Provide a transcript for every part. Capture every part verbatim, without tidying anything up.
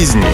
жизни.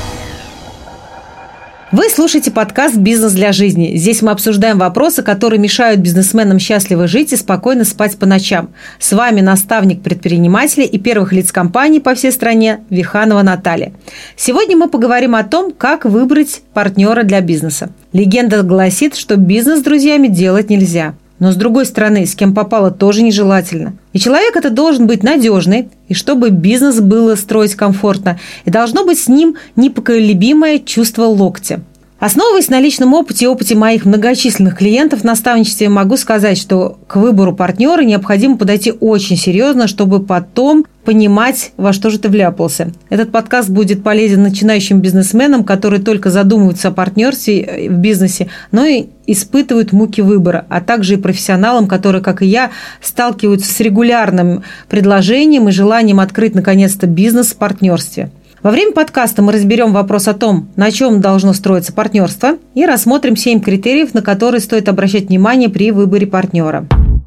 Вы слушаете подкаст «Бизнес для жизни». Здесь мы обсуждаем вопросы, которые мешают бизнесменам счастливо жить и спокойно спать по ночам. С вами наставник предпринимателей и первых лиц компаний по всей стране Виханова Наталья. Сегодня мы поговорим о том, как выбрать партнера для бизнеса. Легенда гласит, что бизнес с друзьями делать нельзя. Но, с другой стороны, с кем попало тоже нежелательно. И человек это должен быть надежный, и чтобы бизнес было строить комфортно, и должно быть с ним непоколебимое чувство локтя. Основываясь на личном опыте и опыте моих многочисленных клиентов в наставничестве, могу сказать, что к выбору партнера необходимо подойти очень серьезно, чтобы потом понимать, во что же ты вляпался. Этот подкаст будет полезен начинающим бизнесменам, которые только задумываются о партнерстве в бизнесе, но и испытывают муки выбора, а также и профессионалам, которые, как и я, сталкиваются с регулярным предложением и желанием открыть наконец-то бизнес в партнерстве. Во время подкаста мы разберем вопрос о том, на чем должно строиться партнерство, и рассмотрим семь критериев, на которые стоит обращать внимание при выборе партнера.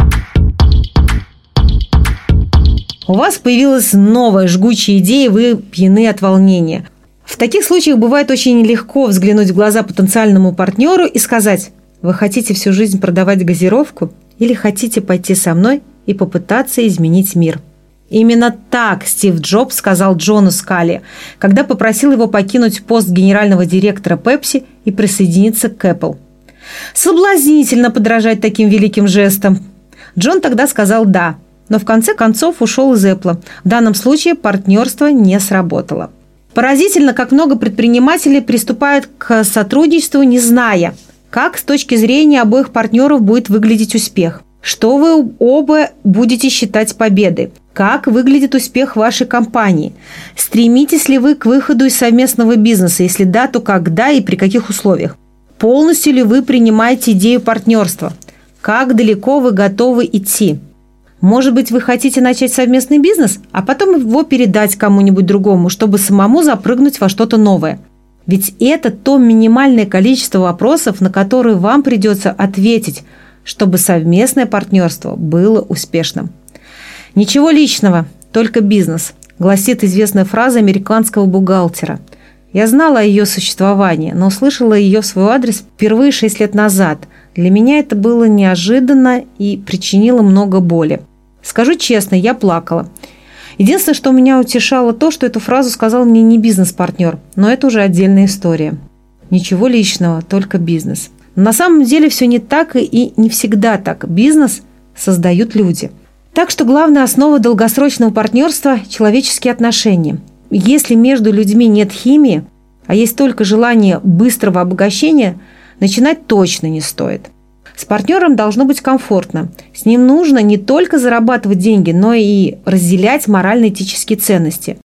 У вас появилась новая жгучая идея, вы пьяны от волнения. В таких случаях бывает очень легко взглянуть в глаза потенциальному партнеру и сказать: вы хотите всю жизнь продавать газировку или хотите пойти со мной и попытаться изменить мир? Именно так Стив Джобс сказал Джону Скали, когда попросил его покинуть пост генерального директора Pepsi и присоединиться к Apple. Соблазнительно подражать таким великим жестам. Джон тогда сказал «да», но в конце концов ушел из Apple. В данном случае партнерство не сработало. Поразительно, как много предпринимателей приступают к сотрудничеству, не зная, как с точки зрения обоих партнеров будет выглядеть успех. Что вы оба будете считать победой? Как выглядит успех вашей компании? Стремитесь ли вы к выходу из совместного бизнеса? Если да, то когда и при каких условиях? Полностью ли вы принимаете идею партнерства? Как далеко вы готовы идти? Может быть, вы хотите начать совместный бизнес, а потом его передать кому-нибудь другому, чтобы самому запрыгнуть во что-то новое? Ведь это то минимальное количество вопросов, на которые вам придется ответить, чтобы совместное партнерство было успешным. «Ничего личного, только бизнес», гласит известная фраза американского бухгалтера. Я знала о ее существовании, но услышала ее в свой адрес впервые шесть лет назад. Для меня это было неожиданно и причинило много боли. Скажу честно, я плакала. Единственное, что меня утешало, то, что эту фразу сказал мне не бизнес-партнер, но это уже отдельная история. Ничего личного, только бизнес. Но на самом деле все не так и не всегда так. Бизнес создают люди. Так что главная основа долгосрочного партнерства – человеческие отношения. Если между людьми нет химии, а есть только желание быстрого обогащения, начинать точно не стоит. С партнером должно быть комфортно. С ним нужно не только зарабатывать деньги, но и разделять морально-этические ценности.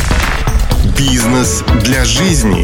Бизнес для жизни.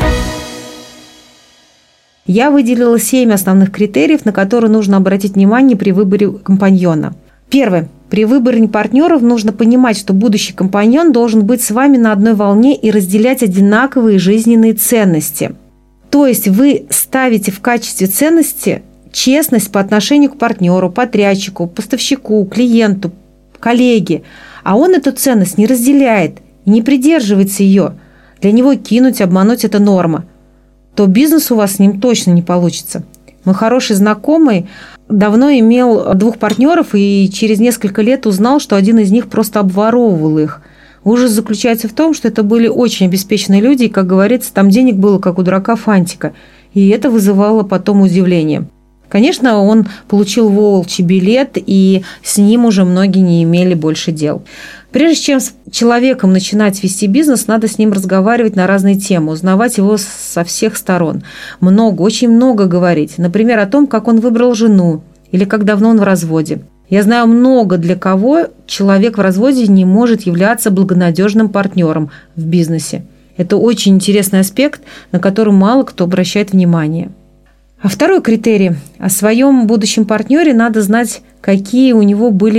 Я выделила семь основных критериев, на которые нужно обратить внимание при выборе компаньона. Первое. При выборе партнеров нужно понимать, что будущий компаньон должен быть с вами на одной волне и разделять одинаковые жизненные ценности. То есть вы ставите в качестве ценности честность по отношению к партнеру, подрядчику, поставщику, клиенту, коллеге, а он эту ценность не разделяет и не придерживается ее. Для него кинуть, обмануть – это норма. То бизнес у вас с ним точно не получится. Мой хороший знакомый давно имел двух партнеров и через несколько лет узнал, что один из них просто обворовывал их. Ужас заключается в том, что это были очень обеспеченные люди, и, как говорится, там денег было, как у дурака фантика. И это вызывало потом удивление. Конечно, он получил волчий билет, и с ним уже многие не имели больше дел. Прежде чем с человеком начинать вести бизнес, надо с ним разговаривать на разные темы, узнавать его со всех сторон. Много, очень много говорить. Например, о том, как он выбрал жену или как давно он в разводе. Я знаю много, для кого человек в разводе не может являться благонадежным партнером в бизнесе. Это очень интересный аспект, на который мало кто обращает внимание. А второй критерий. О своем будущем партнере надо знать, какие у него были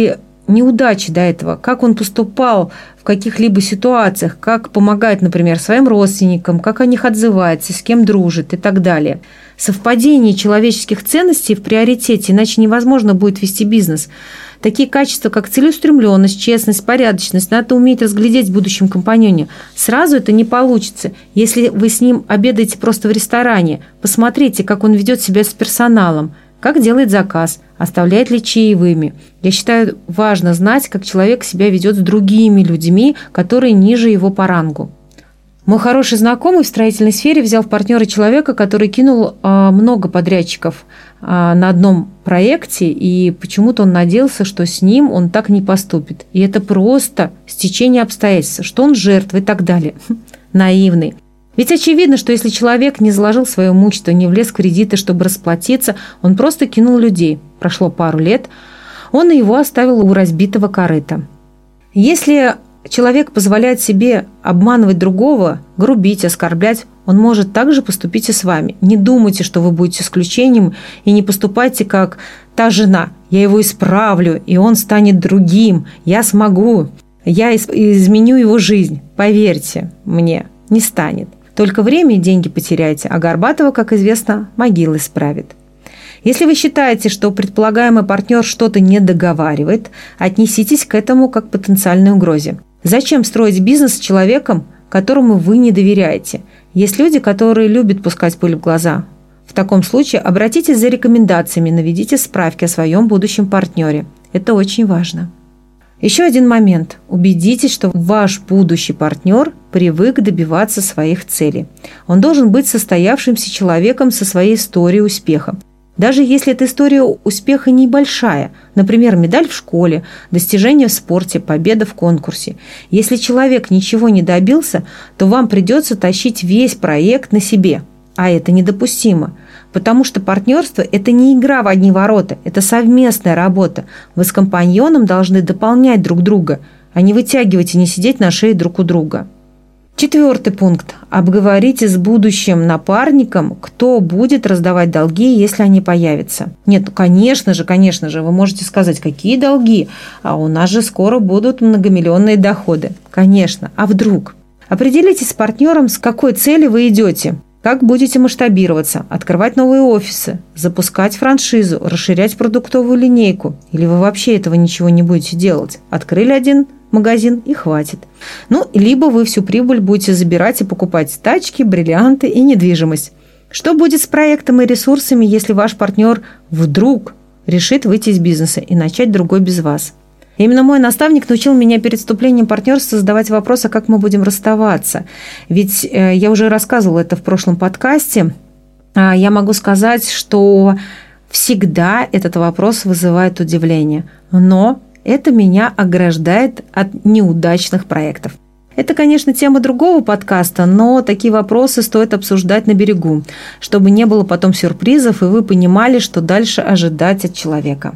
неудачи до этого, как он поступал в каких-либо ситуациях, как помогает, например, своим родственникам, как о них отзывается, с кем дружит и так далее. Совпадение человеческих ценностей в приоритете, иначе невозможно будет вести бизнес. Такие качества, как целеустремленность, честность, порядочность, надо уметь разглядеть в будущем компаньоне. Сразу это не получится. Если вы с ним обедаете просто в ресторане, посмотрите, как он ведет себя с персоналом, как делает заказ, оставляет ли чаевыми. Я считаю, важно знать, как человек себя ведет с другими людьми, которые ниже его по рангу. Мой хороший знакомый в строительной сфере взял в партнера человека, который кинул а, много подрядчиков а, на одном проекте, и почему-то он надеялся, что с ним он так не поступит. И это просто стечение обстоятельств, что он жертва и так далее. Наивный. Ведь очевидно, что если человек не заложил свое имущество, не влез в кредиты, чтобы расплатиться, он просто кинул людей. Прошло пару лет, он и его оставил у разбитого корыта. Если человек позволяет себе обманывать другого, грубить, оскорблять, он может также поступить и с вами. Не думайте, что вы будете исключением, и не поступайте как та жена. Я его исправлю, и он станет другим. Я смогу. Я изменю его жизнь. Поверьте мне, не станет. Только время и деньги потеряете, а Горбатова, как известно, могилы справит. Если вы считаете, что предполагаемый партнер что-то не договаривает, отнеситесь к этому как к потенциальной угрозе. Зачем строить бизнес с человеком, которому вы не доверяете? Есть люди, которые любят пускать пыль в глаза. В таком случае обратитесь за рекомендациями, наведите справки о своем будущем партнере. Это очень важно. Еще один момент. Убедитесь, что ваш будущий партнер привык добиваться своих целей. Он должен быть состоявшимся человеком со своей историей успеха. Даже если эта история успеха небольшая, например, медаль в школе, достижение в спорте, победа в конкурсе. Если человек ничего не добился, то вам придется тащить весь проект на себе. А это недопустимо, потому что партнерство – это не игра в одни ворота, это совместная работа. Вы с компаньоном должны дополнять друг друга, а не вытягивать и не сидеть на шее друг у друга. Четвертый пункт. Обговорите с будущим напарником, кто будет раздавать долги, если они появятся. Нет, ну, конечно же, конечно же, вы можете сказать, какие долги, а у нас же скоро будут многомиллионные доходы. Конечно, а вдруг? Определитесь с партнером, с какой целью вы идете. Как будете масштабироваться, открывать новые офисы, запускать франшизу, расширять продуктовую линейку? Или вы вообще этого ничего не будете делать? Открыли один магазин и хватит. Ну, либо вы всю прибыль будете забирать и покупать тачки, бриллианты и недвижимость. Что будет с проектом и ресурсами, если ваш партнер вдруг решит выйти из бизнеса и начать другой без вас? Именно мой наставник научил меня перед вступлением в партнерство задавать вопрос, а как мы будем расставаться. Ведь э, я уже рассказывала это в прошлом подкасте. А я могу сказать, что всегда этот вопрос вызывает удивление. Но это меня ограждает от неудачных проектов. Это, конечно, тема другого подкаста, но такие вопросы стоит обсуждать на берегу, чтобы не было потом сюрпризов, и вы понимали, что дальше ожидать от человека.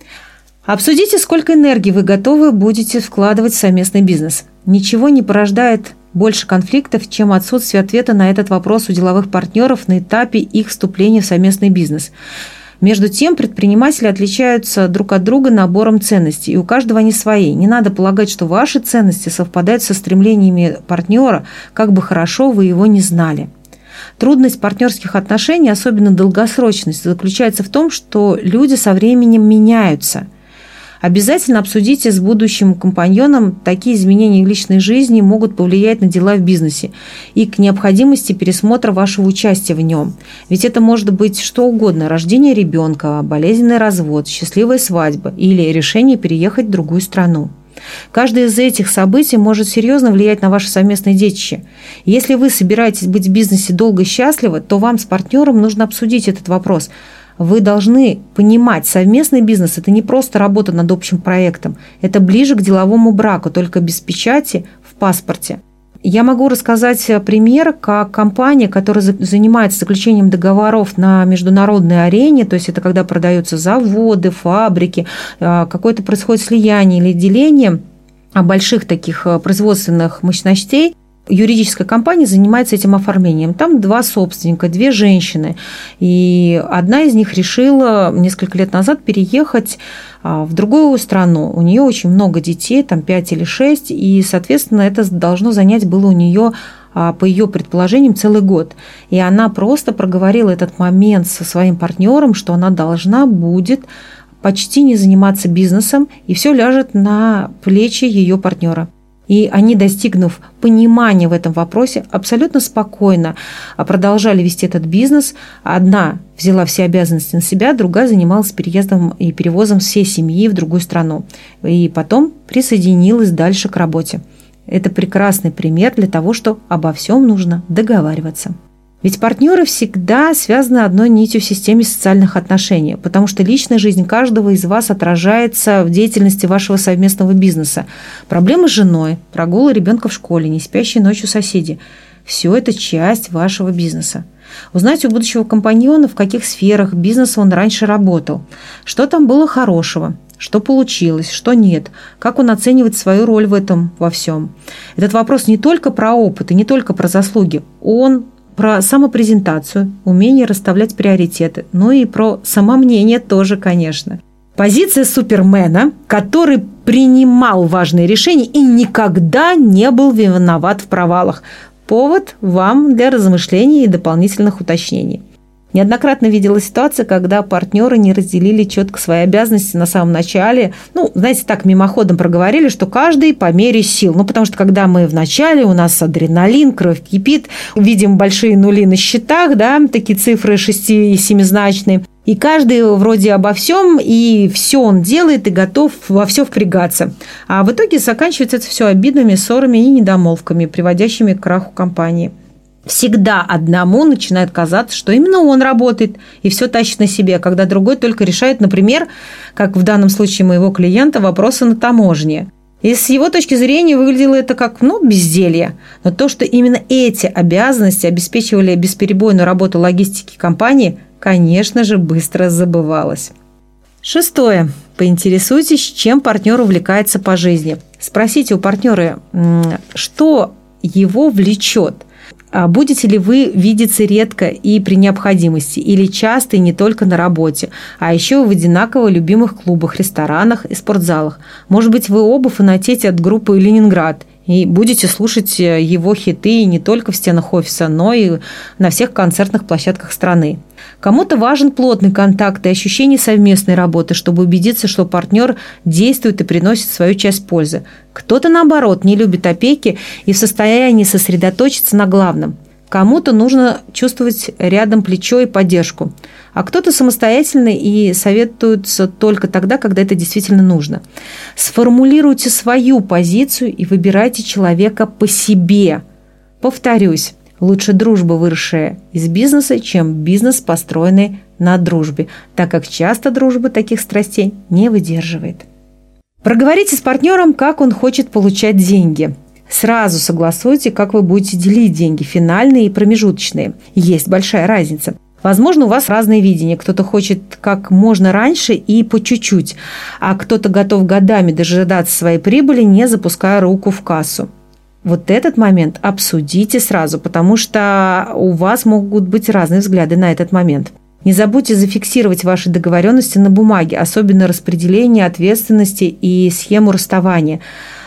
Обсудите, сколько энергии вы готовы будете вкладывать в совместный бизнес. Ничего не порождает больше конфликтов, чем отсутствие ответа на этот вопрос у деловых партнеров на этапе их вступления в совместный бизнес. Между тем, предприниматели отличаются друг от друга набором ценностей, и у каждого они свои. Не надо полагать, что ваши ценности совпадают со стремлениями партнера, как бы хорошо вы его не знали. Трудность партнерских отношений, особенно долгосрочность, заключается в том, что люди со временем меняются. Обязательно обсудите с будущим компаньоном, такие изменения в личной жизни могут повлиять на дела в бизнесе и к необходимости пересмотра вашего участия в нем. Ведь это может быть что угодно – рождение ребенка, болезненный развод, счастливая свадьба или решение переехать в другую страну. Каждое из этих событий может серьезно влиять на ваше совместное детище. Если вы собираетесь быть в бизнесе долго и счастливо, то вам с партнером нужно обсудить этот вопрос. Вы должны понимать, совместный бизнес – это не просто работа над общим проектом, это ближе к деловому браку, только без печати в паспорте. Я могу рассказать пример, как компания, которая занимается заключением договоров на международной арене, то есть это когда продаются заводы, фабрики, какое-то происходит слияние или деление больших таких производственных мощностей, Юридическая компания занимается этим оформлением. Там два собственника, две женщины. И одна из них решила несколько лет назад переехать в другую страну. У нее очень много детей, там пять или шесть, и, соответственно, это должно занять было у нее, по ее предположениям, целый год. И она просто проговорила этот момент со своим партнером, что она должна будет почти не заниматься бизнесом, и все ляжет на плечи ее партнера. И они, достигнув понимания в этом вопросе, абсолютно спокойно продолжали вести этот бизнес. Одна взяла все обязанности на себя, другая занималась переездом и перевозом всей семьи в другую страну. И потом присоединилась дальше к работе. Это прекрасный пример для того, что обо всем нужно договариваться. Ведь партнеры всегда связаны одной нитью в системе социальных отношений, потому что личная жизнь каждого из вас отражается в деятельности вашего совместного бизнеса. Проблемы с женой, прогулы ребенка в школе, не спящие ночью соседи – все это часть вашего бизнеса. Узнайте у будущего компаньона, в каких сферах бизнеса он раньше работал, что там было хорошего, что получилось, что нет, как он оценивает свою роль в этом во всем. Этот вопрос не только про опыт и не только про заслуги, он про самопрезентацию, умение расставлять приоритеты, ну и про самомнение тоже, конечно. Позиция супермена, который принимал важные решения и никогда не был виноват в провалах. Повод вам для размышлений и дополнительных уточнений. Неоднократно видела ситуацию, когда партнеры не разделили четко свои обязанности на самом начале. Ну, знаете, так мимоходом проговорили, что каждый по мере сил. Ну, потому что когда мы в начале, у нас адреналин, кровь кипит, видим большие нули на счетах, да, такие цифры шести- и семизначные. И каждый вроде обо всем, и все он делает, и готов во все впрягаться. А в итоге заканчивается это все обидами, ссорами и недомолвками, приводящими к краху компании. Всегда одному начинает казаться, что именно он работает и все тащит на себе, когда другой только решает, например, как в данном случае моего клиента, вопросы на таможне. И с его точки зрения выглядело это как, ну, безделье. Но то, что именно эти обязанности обеспечивали бесперебойную работу логистики компании, конечно же, быстро забывалось. Шестое. Поинтересуйтесь, чем партнер увлекается по жизни. Спросите у партнера, что его влечет. Будете ли вы видеться редко и при необходимости, или часто и не только на работе, а еще в одинаково любимых клубах, ресторанах и спортзалах? Может быть, вы оба фанатеете от группы «Ленинград» и будете слушать его хиты не только в стенах офиса, но и на всех концертных площадках страны. Кому-то важен плотный контакт и ощущение совместной работы, чтобы убедиться, что партнер действует и приносит свою часть пользы. Кто-то, наоборот, не любит опеки и в состоянии сосредоточиться на главном. Кому-то нужно чувствовать рядом плечо и поддержку, а кто-то самостоятельный и советуется только тогда, когда это действительно нужно. Сформулируйте свою позицию и выбирайте человека по себе. Повторюсь, лучше дружба, выросшая из бизнеса, чем бизнес, построенный на дружбе, так как часто дружба таких страстей не выдерживает. Проговорите с партнером, как он хочет получать деньги. Сразу согласуйте, как вы будете делить деньги, финальные и промежуточные. Есть большая разница. Возможно, у вас разные видения. Кто-то хочет как можно раньше и по чуть-чуть, а кто-то готов годами дожидаться своей прибыли, не запуская руку в кассу. Вот этот момент обсудите сразу, потому что у вас могут быть разные взгляды на этот момент. Не забудьте зафиксировать ваши договоренности на бумаге, особенно распределение ответственности и схему расставания.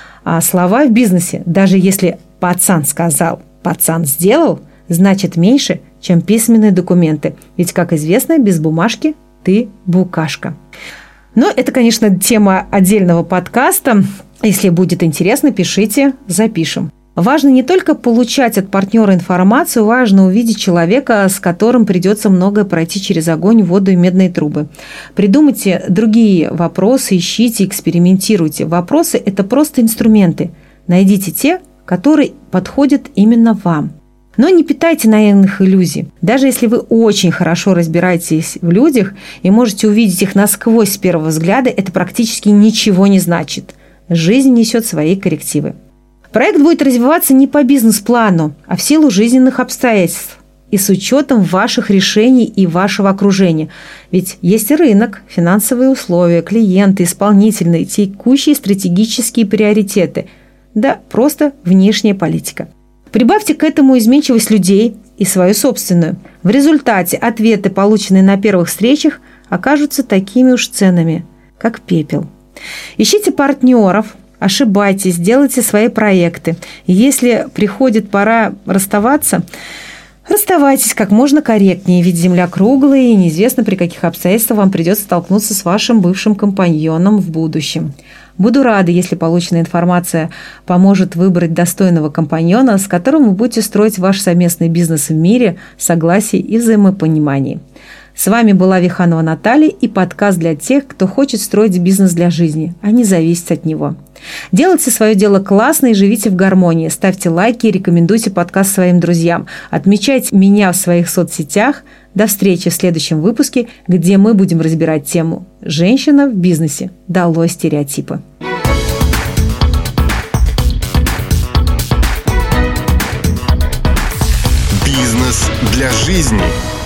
А слова в бизнесе, даже если пацан сказал, пацан сделал, значит меньше, чем письменные документы. Ведь, как известно, без бумажки ты букашка. Но это, конечно, тема отдельного подкаста. Если будет интересно, пишите, запишем. Важно не только получать от партнера информацию, важно увидеть человека, с которым придется многое пройти через огонь, воду и медные трубы. Придумайте другие вопросы, ищите, экспериментируйте. Вопросы – это просто инструменты. Найдите те, которые подходят именно вам. Но не питайте наивных иллюзий. Даже если вы очень хорошо разбираетесь в людях и можете увидеть их насквозь с первого взгляда, это практически ничего не значит. Жизнь несет свои коррективы. Проект будет развиваться не по бизнес-плану, а в силу жизненных обстоятельств и с учетом ваших решений и вашего окружения. Ведь есть рынок, финансовые условия, клиенты, исполнительные, текущие стратегические приоритеты. Да, просто внешняя политика. Прибавьте к этому изменчивость людей и свою собственную. В результате ответы, полученные на первых встречах, окажутся такими уж ценными, как пепел. Ищите партнеров, ошибайтесь, делайте свои проекты. И если приходит пора расставаться, расставайтесь как можно корректнее, ведь земля круглая, и неизвестно, при каких обстоятельствах вам придется столкнуться с вашим бывшим компаньоном в будущем. Буду рада, если полученная информация поможет выбрать достойного компаньона, с которым вы будете строить ваш совместный бизнес в мире, согласии и взаимопонимании. С вами была Виханова Наталья и подкаст для тех, кто хочет строить бизнес для жизни, а не зависеть от него. Делайте свое дело классно и живите в гармонии. Ставьте лайки и рекомендуйте подкаст своим друзьям. Отмечайте меня в своих соцсетях. До встречи в следующем выпуске, где мы будем разбирать тему «Женщина в бизнесе. Долой стереотипы». Бизнес для жизни.